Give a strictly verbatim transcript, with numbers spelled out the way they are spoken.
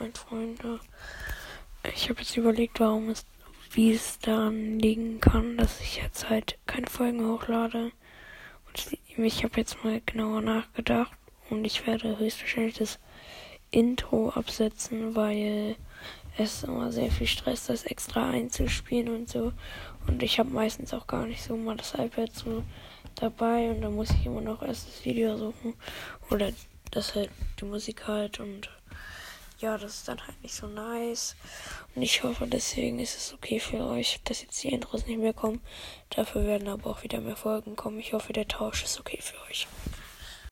moin Freunde. Ich habe jetzt überlegt, warum es, wie es daran liegen kann, dass ich jetzt halt keine Folgen hochlade. Und ich habe jetzt mal genauer nachgedacht und ich werde höchstwahrscheinlich das Intro absetzen, weil es immer sehr viel Stress, das extra einzuspielen und so. Und ich habe meistens auch gar nicht so mal das iPad so dabei und dann muss ich immer noch erst das Video suchen oder das halt die Musik halt und ja, das ist dann halt nicht so nice. Und ich hoffe, deswegen ist es okay für euch, dass jetzt die Intros nicht mehr kommen. Dafür werden aber auch wieder mehr Folgen kommen. Ich hoffe, der Tausch ist okay für euch.